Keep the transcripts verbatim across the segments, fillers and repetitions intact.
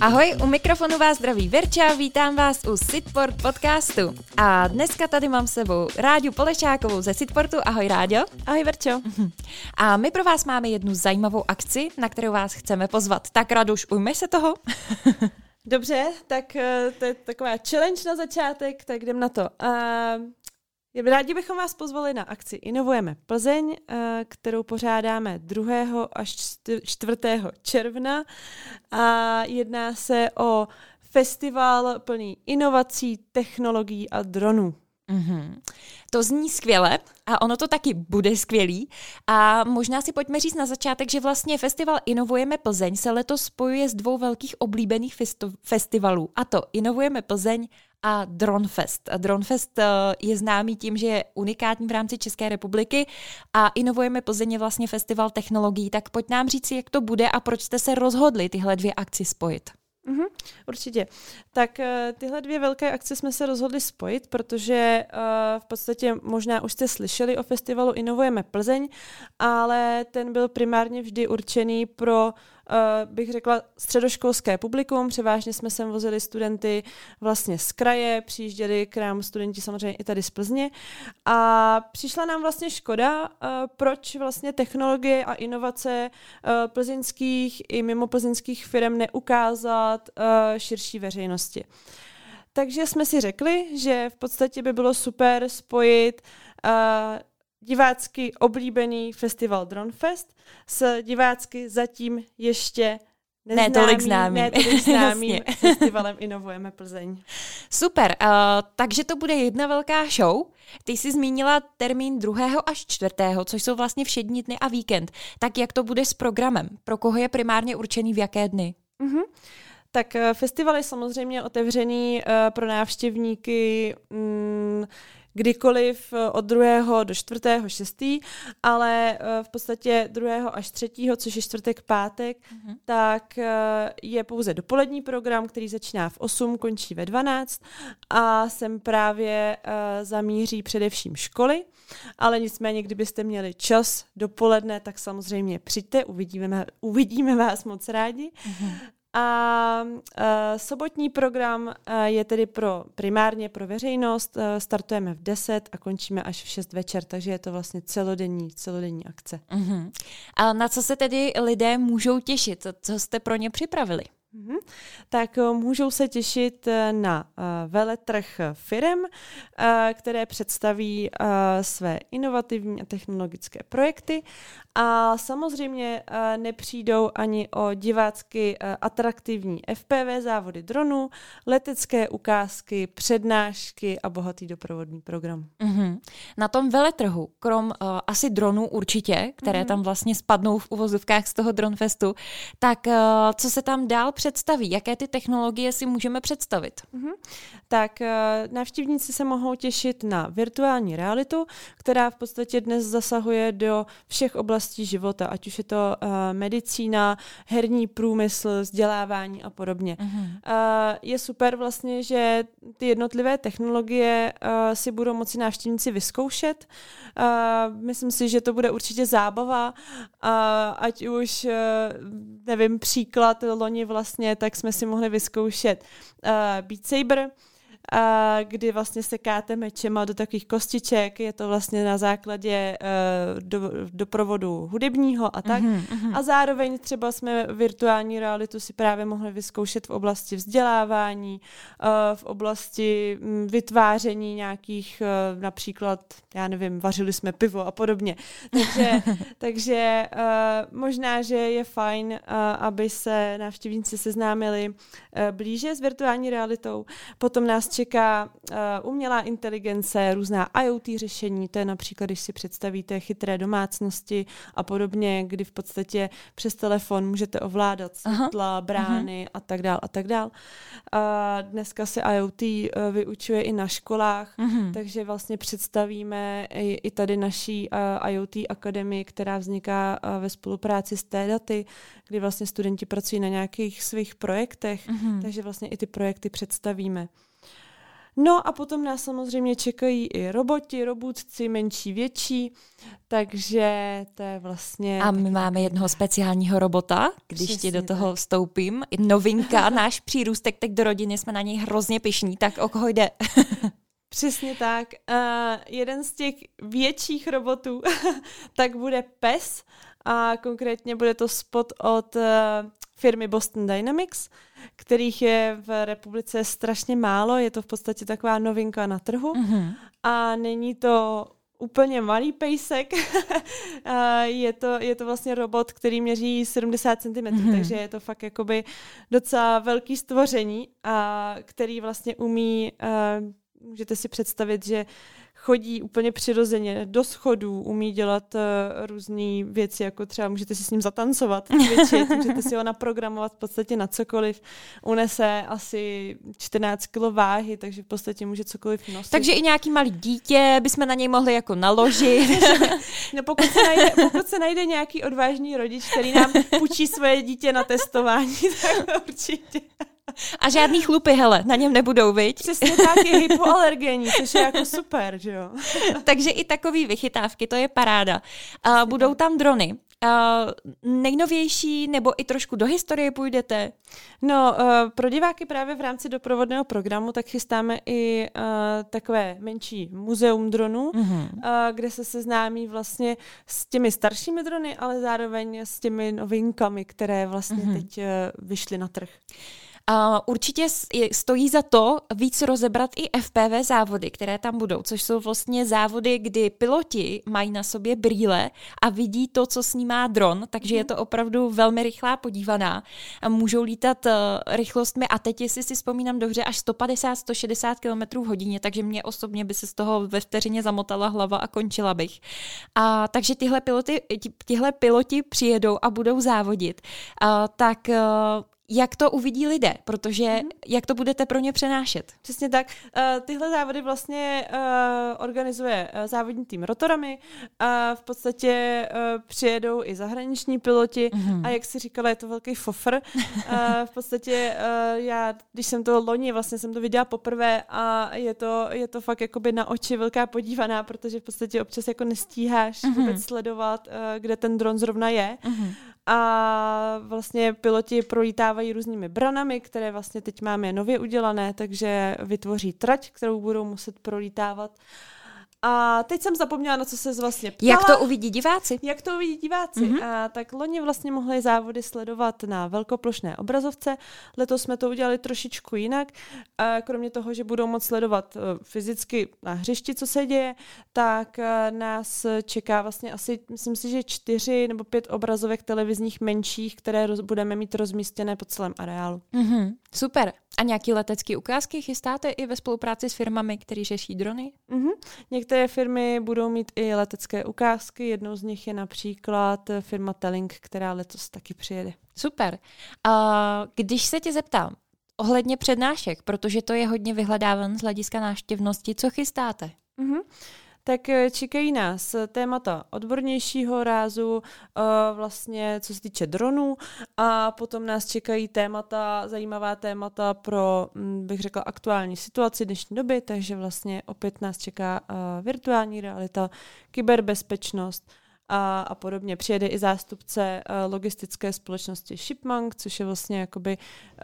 Ahoj, u mikrofonu vás zdraví Verča, vítám vás u Sitport podcastu. A dneska tady mám s sebou Ráďu Polešákovou ze Sitportu. Ahoj Ráďo. Ahoj Verčo. A my pro vás máme jednu zajímavou akci, na kterou vás chceme pozvat. Tak Raduš, ujmeš se toho? Dobře, tak to je taková challenge na začátek, tak jdem na to. Uh, rádi bychom vás pozvali na akci Inovujeme Plzeň, kterou pořádáme druhého až čtvrtého června a jedná se o festival plný inovací, technologií a dronů. Mm-hmm. To zní skvěle a ono to taky bude skvělý. A možná si pojďme říct na začátek, že vlastně festival Inovujeme Plzeň se letos spojuje s dvou velkých oblíbených festo- festivalů. A to Inovujeme Plzeň a Dronfest. A Dronfest je známý tím, že je unikátní v rámci České republiky a Inovujeme Plzeň je vlastně festival technologií. Tak pojď nám říct, jak to bude a proč jste se rozhodli tyhle dvě akci spojit. Uhum, určitě. Tak uh, tyhle dvě velké akce jsme se rozhodli spojit, protože uh, v podstatě možná už jste slyšeli o festivalu Inovujeme Plzeň, ale ten byl primárně vždy určený pro, uh, bych řekla, středoškolské publikum. Převážně jsme sem vozili studenty vlastně z kraje, přijížděli k nám studenti samozřejmě i tady z Plzně a přišla nám vlastně škoda, uh, proč vlastně technologie a inovace uh, plzeňských i mimo plzeňských firm neukázat Uh, širší veřejnosti. Takže jsme si řekli, že v podstatě by bylo super spojit uh, divácky oblíbený festival Dronfest s divácky zatím ještě neznámým, ne tolik známým, ne tolik známým festivalem Inovujeme Plzeň. Super, uh, takže to bude jedna velká show. Ty jsi zmínila termín druhého až čtvrtého, což jsou vlastně všední dny a víkend. Tak jak to bude s programem? Pro koho je primárně určený v jaké dny? Mhm. Tak festival je samozřejmě otevřený uh, pro návštěvníky um, kdykoliv od druhého do čtvrtého šestý, ale uh, v podstatě druhého až třetího, což je čtvrtek, pátek, mm-hmm. tak uh, je pouze dopolední program, který začíná v osm, končí ve dvanáct a sem právě uh, zamíří především školy, ale nicméně, kdybyste měli čas dopoledne, tak samozřejmě přijďte, uvidíme, uvidíme vás moc rádi. Mm-hmm. A uh, sobotní program uh, je tedy pro primárně pro veřejnost. Uh, startujeme v deset a končíme až v šest večer, takže je to vlastně celodenní, celodenní akce. Uh-huh. A na co se tedy lidé můžou těšit? Co jste pro ně připravili? Mm-hmm. Tak uh, můžou se těšit na uh, veletrh firem, uh, které představí uh, své inovativní a technologické projekty a samozřejmě uh, nepřijdou ani o divácky uh, atraktivní F P V závody dronů, letecké ukázky, přednášky a bohatý doprovodný program. Mm-hmm. Na tom veletrhu, krom uh, asi dronů určitě, které mm-hmm. tam vlastně spadnou v uvozovkách z toho Dronfestu, tak uh, co se tam dál představí? Jaké ty technologie si můžeme představit? Mm-hmm. Tak uh, návštěvníci se mohou těšit na virtuální realitu, která v podstatě dnes zasahuje do všech oblastí života, ať už je to uh, medicína, herní průmysl, vzdělávání a podobně. Mm-hmm. Uh, je super vlastně, že ty jednotlivé technologie uh, si budou moci návštěvníci vyzkoušet. Uh, myslím si, že to bude určitě zábava, uh, ať už, uh, nevím, příklad loni vlastně, tak jsme si mohli vyzkoušet uh, Beat Saber, a kdy vlastně sekáte mečema do takových kostiček, je to vlastně na základě uh, do, doprovodu hudebního a tak. Mm-hmm. A zároveň třeba jsme virtuální realitu si právě mohli vyzkoušet v oblasti vzdělávání, uh, v oblasti um, vytváření nějakých, uh, například, já nevím, vařili jsme pivo a podobně. Takže, takže uh, možná, že je fajn, uh, aby se návštěvníci seznámili uh, blíže s virtuální realitou. Potom nás čeká uh, umělá inteligence, různá I O T řešení, to je například, když si představíte chytré domácnosti a podobně, kdy v podstatě přes telefon můžete ovládat světla, brány uh-huh. a tak dál a tak dál. Uh, dneska se I O T uh, vyučuje i na školách, uh-huh. takže vlastně představíme i, i tady naší uh, I O T akademii, která vzniká uh, ve spolupráci s T-Daty, kdy vlastně studenti pracují na nějakých svých projektech, uh-huh. takže vlastně i ty projekty představíme. No a potom nás samozřejmě čekají i roboti, robůtci, menší, větší, takže to je vlastně... A my máme jednoho speciálního robota, když Přesně ti do toho tak. vstoupím. Novinka, náš přírůstek teď do rodiny, jsme na něj hrozně pyšní, tak o koho jde? Přesně tak. Uh, jeden z těch větších robotů tak bude pes a konkrétně bude to spot od uh, firmy Boston Dynamics, kterých je v republice strašně málo, je to v podstatě taková novinka na trhu mm-hmm. a není to úplně malý pejsek, je, to, je to vlastně robot, který měří sedmdesát centimetrů, mm-hmm. takže je to fakt jakoby docela velký stvoření, a který vlastně umí, uh, můžete si představit, že chodí úplně přirozeně do schodů, umí dělat uh, různé věci, jako třeba můžete si s ním zatancovat, cvičit, můžete si ho naprogramovat v podstatě na cokoliv. Unese asi čtrnáct kilo váhy, takže v podstatě může cokoliv nosit. Takže i nějaký malý dítě bychom na něj mohli jako naložit. No, pokud, se najde, pokud se najde nějaký odvážný rodič, který nám půjčí svoje dítě na testování, tak určitě. A žádný chlupy, hele, na něm nebudou, viď? Přesně tak, je hypoalergenní, což je jako super, že jo? Takže i takový vychytávky, to je paráda. Uh, budou tam drony. Uh, nejnovější nebo i trošku do historie půjdete? No, uh, pro diváky právě v rámci doprovodného programu tak chystáme i uh, takové menší muzeum dronů, mm-hmm. uh, kde se seznámí vlastně s těmi staršími drony, ale zároveň s těmi novinkami, které vlastně mm-hmm. teď uh, vyšly na trh. Uh, určitě stojí za to víc rozebrat i F P V závody, které tam budou, což jsou vlastně závody, kdy piloti mají na sobě brýle a vidí to, co snímá dron, takže mm. je to opravdu velmi rychlá podívaná. Můžou lítat uh, rychlostmi a teď, jestli si vzpomínám dobře, až sto padesát až sto šedesát kilometrů v hodině, takže mě osobně by se z toho ve vteřině zamotala hlava a končila bych. A takže tyhle piloti, tyhle piloti přijedou a budou závodit. Uh, tak... Uh, Jak to uvidí lidé, protože mm. jak to budete pro ně přenášet? Přesně tak. Uh, tyhle závody vlastně uh, organizuje uh, závodní tým Rotorami a v podstatě uh, přijedou i zahraniční piloti mm. a jak si říkala, je to velký fofr. uh, v podstatě uh, já, když jsem to loni, vlastně jsem to viděla poprvé a je to, je to fakt jakoby na oči velká podívaná, protože v podstatě občas jako nestíháš mm. vůbec sledovat, uh, kde ten dron zrovna je. Mm. A vlastně piloti prolítávají různými branami, které vlastně teď máme nově udělané, takže vytvoří trať, kterou budou muset prolítávat. A teď jsem zapomněla, na co se vlastně ptala. Jak to uvidí diváci? Jak to uvidí diváci. Mm-hmm. A tak loni vlastně mohli závody sledovat na velkoplošné obrazovce. Letos jsme to udělali trošičku jinak. A kromě toho, že budou moct sledovat fyzicky na hřišti, co se děje, tak nás čeká vlastně asi, myslím si, že čtyři nebo pět obrazovek televizních menších, které roz, budeme mít rozmístěné po celém areálu. Mm-hmm. Super. A nějaký letecké ukázky chystáte i ve spolupráci s firmami, které řeší drony? Mm-hmm. Některé firmy budou mít i letecké ukázky. Jednou z nich je například firma Telink, která letos taky přijede. Super. A když se tě zeptám ohledně přednášek, protože to je hodně vyhledávan z hlediska návštěvnosti, co chystáte? Mm-hmm. Tak čekají nás témata odbornějšího rázu, vlastně co se týče dronů, a potom nás čekají témata, zajímavá témata pro, bych řekla, aktuální situaci dnešní doby, takže vlastně opět nás čeká virtuální realita, kyberbezpečnost a, a podobně. Přijede i zástupce logistické společnosti Shipmonk, což je vlastně jakoby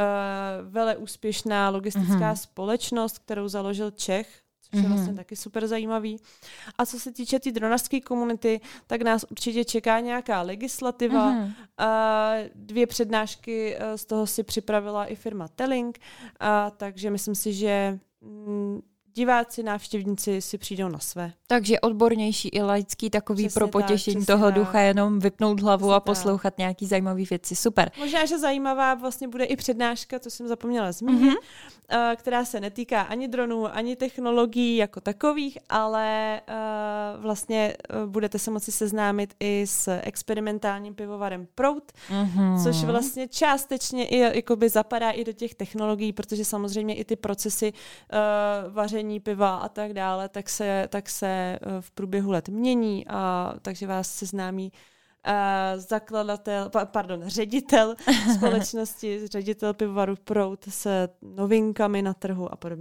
veleúspěšná logistická mm-hmm. společnost, kterou založil Čech, což je vlastně taky super zajímavý. A co se týče té tý dronařské komunity, tak nás určitě čeká nějaká legislativa. Mm-hmm. Dvě přednášky z toho si připravila i firma Telink, a takže myslím si, že diváci, návštěvníci si přijdou na své. Takže odbornější i laický takový přesně pro potěšení tak, toho tak. ducha, jenom vypnout hlavu přesně a poslouchat tak. nějaký zajímavý věci. Super. Možná, že zajímavá vlastně bude i přednáška, to jsem zapomněla zmínit, mm-hmm. která se netýká ani dronů, ani technologií jako takových, ale uh, vlastně uh, budete se moci seznámit i s experimentálním pivovarem Prout, mm-hmm. což vlastně částečně i jakoby zapadá i do těch technologií, protože samozřejmě i ty procesy uh, vaření piva a tak dále, tak se, tak se v průběhu let mění, a takže vás seznámí uh, zakladatel, pardon, ředitel společnosti, ředitel pivovaru Prout s novinkami na trhu a podobně.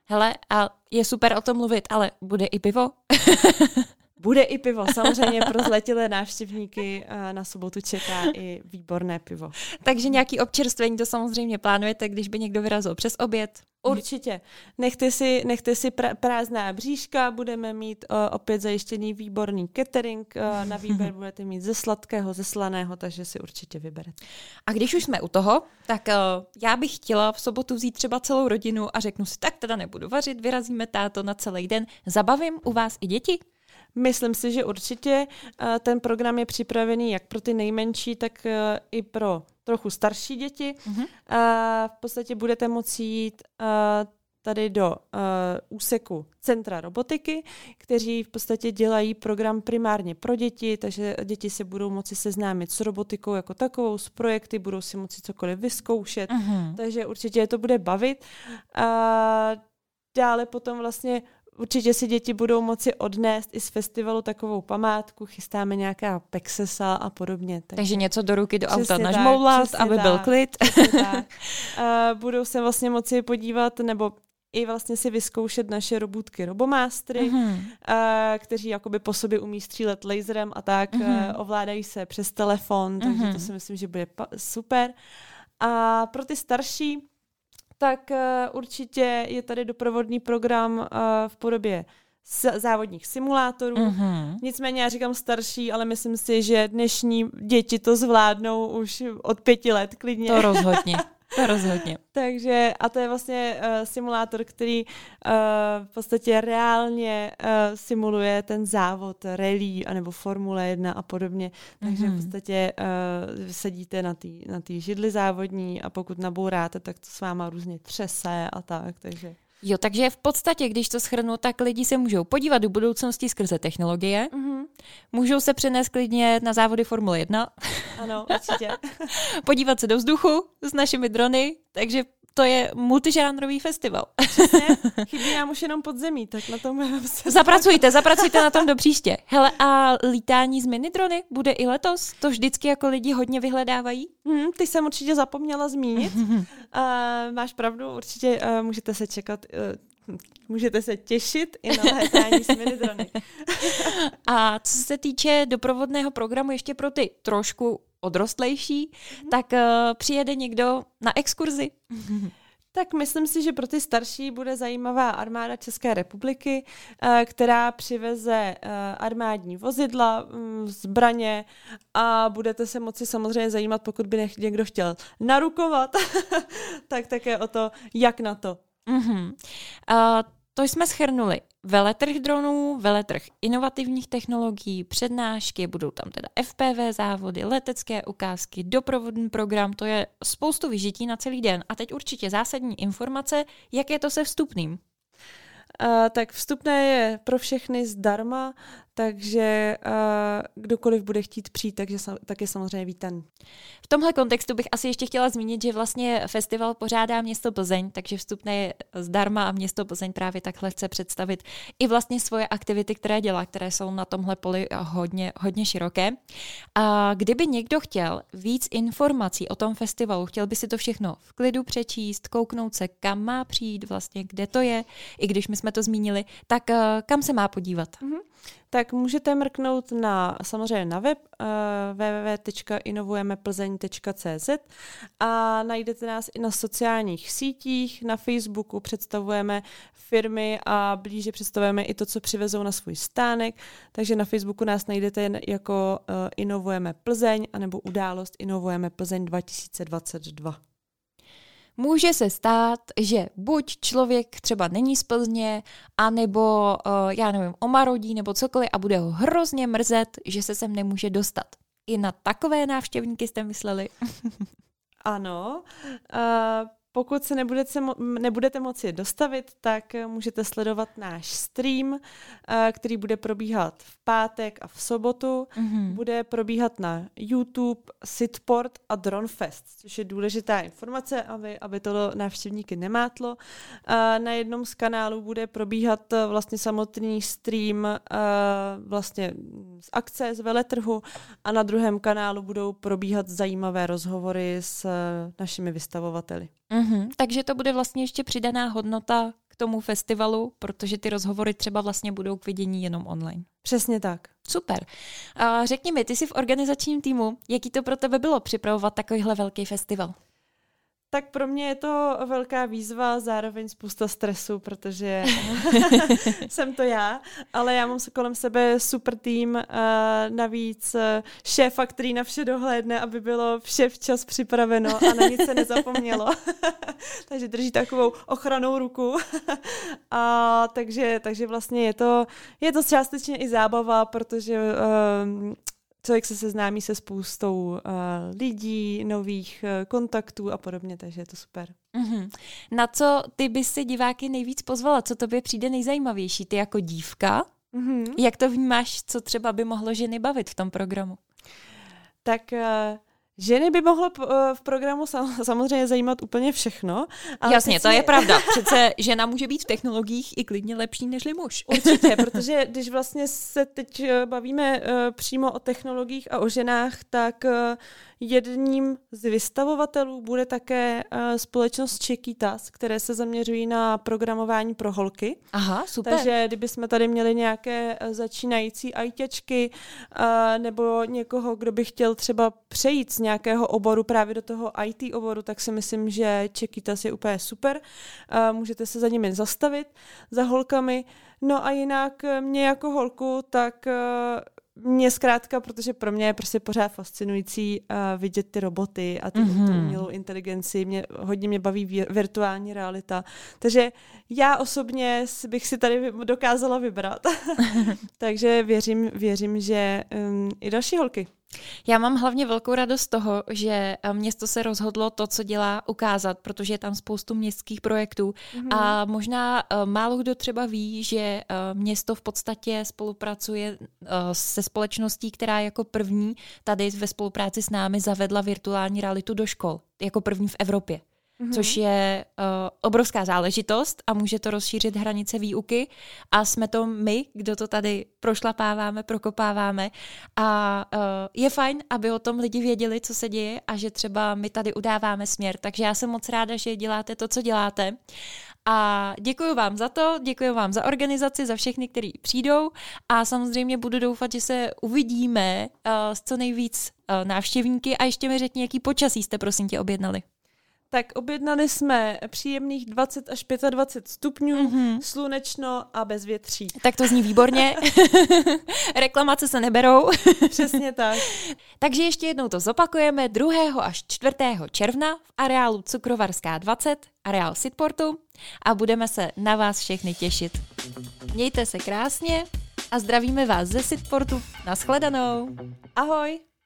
Hele, a je super o tom mluvit, ale bude i pivo? Bude i pivo, samozřejmě pro zletilé návštěvníky na sobotu čeká i výborné pivo. Takže nějaký občerstvení to samozřejmě plánujete, když by někdo vyrazil přes oběd? Určitě. Nechte si, nechte si pra, prázdná bříška, budeme mít uh, opět zajištěný výborný catering, uh, na výběr budete mít ze sladkého, ze slaného, takže si určitě vyberete. A když už jsme u toho, tak uh, já bych chtěla v sobotu vzít třeba celou rodinu a řeknu si, tak teda nebudu vařit, vyrazíme táto na celý den. Zabavím u vás i děti? Myslím si, že určitě ten program je připravený jak pro ty nejmenší, tak i pro trochu starší děti. Mm-hmm. V podstatě budete moci jít tady do úseku Centra robotiky, kteří v podstatě dělají program primárně pro děti, takže děti se budou moci seznámit s robotikou jako takovou, s projekty, budou si moci cokoliv vyzkoušet, mm-hmm. takže určitě je to bude bavit. Dále potom vlastně určitě si děti budou moci odnést i z festivalu takovou památku, chystáme nějaká pexesa a podobně. Takže, takže něco do ruky, do auta nažmoulat, aby tak, byl klid. Tak. Uh, budou se vlastně moci podívat, nebo i vlastně si vyzkoušet naše robůtky Robomástry, uh-huh. uh, kteří jakoby po sobě umí střílet laserem a tak, uh-huh. uh, ovládají se přes telefon, takže uh-huh. to si myslím, že bude pa- super. A pro ty starší tak uh, určitě je tady doprovodný program uh, v podobě s- závodních simulátorů. Mm-hmm. Nicméně já říkám starší, ale myslím si, že dnešní děti to zvládnou už od pěti let klidně. To rozhodně. To rozhodně. Takže a to je vlastně uh, simulátor, který uh, v podstatě reálně uh, simuluje ten závod rally anebo Formule jedna a podobně. Takže mm-hmm. v podstatě uh, sedíte na té na té židli závodní a pokud nabouráte, tak to s váma různě třese a tak. Takže Jo, takže v podstatě, když to shrnu, tak lidi se můžou podívat do budoucnosti skrze technologie, mm-hmm. můžou se přenést klidně na závody Formule jedna. Ano, určitě. Podívat se do vzduchu s našimi drony, takže to je multižánrový festival. Přesně, chybí nám už jenom podzemí, tak na tom se... Zapracujte, zapracujte na tom do příště. Hele, a lítání z minidrony bude i letos? To vždycky jako lidi hodně vyhledávají? Hmm, ty jsem určitě zapomněla zmínit. uh, máš pravdu, určitě uh, můžete se čekat... Uh, Můžete se těšit i na létání s minidrony. A co se týče doprovodného programu ještě pro ty trošku odrostlejší, mm-hmm. tak uh, přijede někdo na exkurzi? Tak myslím si, že pro ty starší bude zajímavá armáda České republiky, která přiveze armádní vozidla, zbraně a budete se moci samozřejmě zajímat, pokud by někdo chtěl narukovat, tak také o to, jak na to. Mm-hmm. Uh, to jsme shrnuli. Veletrh dronů, veletrh inovativních technologií, přednášky, budou tam teda F P V závody, letecké ukázky, doprovodný program, to je spoustu vyžití na celý den. A teď určitě zásadní informace, jak je to se vstupným. Uh, tak vstupné je pro všechny zdarma, takže uh, kdokoliv bude chtít přijít, takže tak je samozřejmě vítaný. V tomhle kontextu bych asi ještě chtěla zmínit, že vlastně festival pořádá město Plzeň, takže vstupné je zdarma a město Plzeň právě takhle chce představit i vlastně svoje aktivity, které dělá, které jsou na tomhle poli hodně, hodně široké. A kdyby někdo chtěl víc informací o tom festivalu, chtěl by si to všechno v klidu přečíst, kouknout se, kam má přijít, vlastně kde to je, i když my jsme to zmínili, tak uh, kam se má podívat? Mm-hmm. Tak můžete mrknout na, samozřejmě na web uh, w w w tečka inovujeme plzeň tečka c z a najdete nás i na sociálních sítích, na Facebooku představujeme firmy a blíže představujeme i to, co přivezou na svůj stánek, takže na Facebooku nás najdete jako uh, Inovujeme Plzeň anebo událost Inovujeme Plzeň dva tisíce dvacet dva. Může se stát, že buď člověk třeba není z Plzně, anebo, uh, já nevím, omarodí nebo cokoliv a bude ho hrozně mrzet, že se sem nemůže dostat. I na takové návštěvníky jste mysleli? Ano. Uh... Pokud se nebudete, mo- nebudete moci dostavit, tak můžete sledovat náš stream, který bude probíhat v pátek a v sobotu. Mm-hmm. Bude probíhat na YouTube, Sitport a Dronefest, což je důležitá informace, aby, aby to návštěvníky nemátlo. Na jednom z kanálů bude probíhat vlastně samotný stream vlastně z akce, z veletrhu a na druhém kanálu budou probíhat zajímavé rozhovory s našimi vystavovateli. Mm-hmm. Takže to bude vlastně ještě přidaná hodnota k tomu festivalu, protože ty rozhovory třeba vlastně budou k vidění jenom online. Přesně tak. Super. A řekni mi, ty jsi v organizačním týmu, jaký to pro tebe bylo připravovat takovýhle velký festival? Tak pro mě je to velká výzva, zároveň spousta stresu, protože jsem to já, ale já mám kolem sebe super tým, navíc šéfa, který na vše dohlédne, aby bylo vše včas připraveno a na nic se nezapomnělo. Takže drží takovou ochranou ruku. A takže, takže vlastně je to, je to částečně i zábava, protože um, člověk se seznámí se spoustou uh, lidí, nových uh, kontaktů a podobně, takže je to super. Mm-hmm. Na co ty bys si diváky nejvíc pozvala? Co tobě přijde nejzajímavější? Ty jako dívka? Mm-hmm. Jak to vnímáš, co třeba by mohlo ženy bavit v tom programu? Tak... Uh, Ženy by mohlo v programu samozřejmě zajímat úplně všechno. Ale jasně, to je pravda. Přece žena může být v technologiích i klidně lepší nežli muž. Určitě, protože když vlastně se teď bavíme přímo o technologiích a o ženách, tak jedním z vystavovatelů bude také společnost Chiquitas, které se zaměřují na programování pro holky. Aha, super. Takže kdybychom tady měli nějaké začínající ajťačky nebo někoho, kdo by chtěl třeba přejít z nějakého oboru právě do toho í té oboru, tak si myslím, že Chiquitas je úplně super. Můžete se za nimi zastavit, za holkami. No a jinak mě jako holku, tak mě zkrátka, protože pro mě je prostě pořád fascinující uh, vidět ty roboty a tu, mm-hmm. tu umělou inteligenci. Mě, hodně mě baví vir, virtuální realita. Takže já osobně bych si tady dokázala vybrat. Takže věřím, věřím, že um, i další holky. Já mám hlavně velkou radost z toho, že město se rozhodlo to, co dělá, ukázat, protože je tam spoustu městských projektů mm-hmm. a možná uh, málo kdo třeba ví, že uh, město v podstatě spolupracuje uh, se společností, která jako první tady ve spolupráci s námi zavedla virtuální realitu do škol, jako první v Evropě. Mm-hmm. Což je uh, obrovská záležitost a může to rozšířit hranice výuky a jsme to my, kdo to tady prošlapáváme, prokopáváme a uh, je fajn, aby o tom lidi věděli, co se děje a že třeba my tady udáváme směr. Takže já jsem moc ráda, že děláte to, co děláte. A děkuji vám za to, děkuji vám za organizaci, za všechny, kteří přijdou a samozřejmě budu doufat, že se uvidíme uh, s co nejvíc uh, návštěvníky a ještě mi řekni, jaký počasí jste prosím tě objednali. Tak objednali jsme příjemných dvacet až dvacet pět stupňů, mm-hmm. slunečno a bez větří. Tak to zní výborně. Reklamace se neberou. Přesně tak. Takže ještě jednou to zopakujeme. druhého až čtvrtého června v areálu Cukrovarská dvacet, areál Sitportu a budeme se na vás všechny těšit. Mějte se krásně a zdravíme vás ze Sitportu. Naschledanou. Ahoj.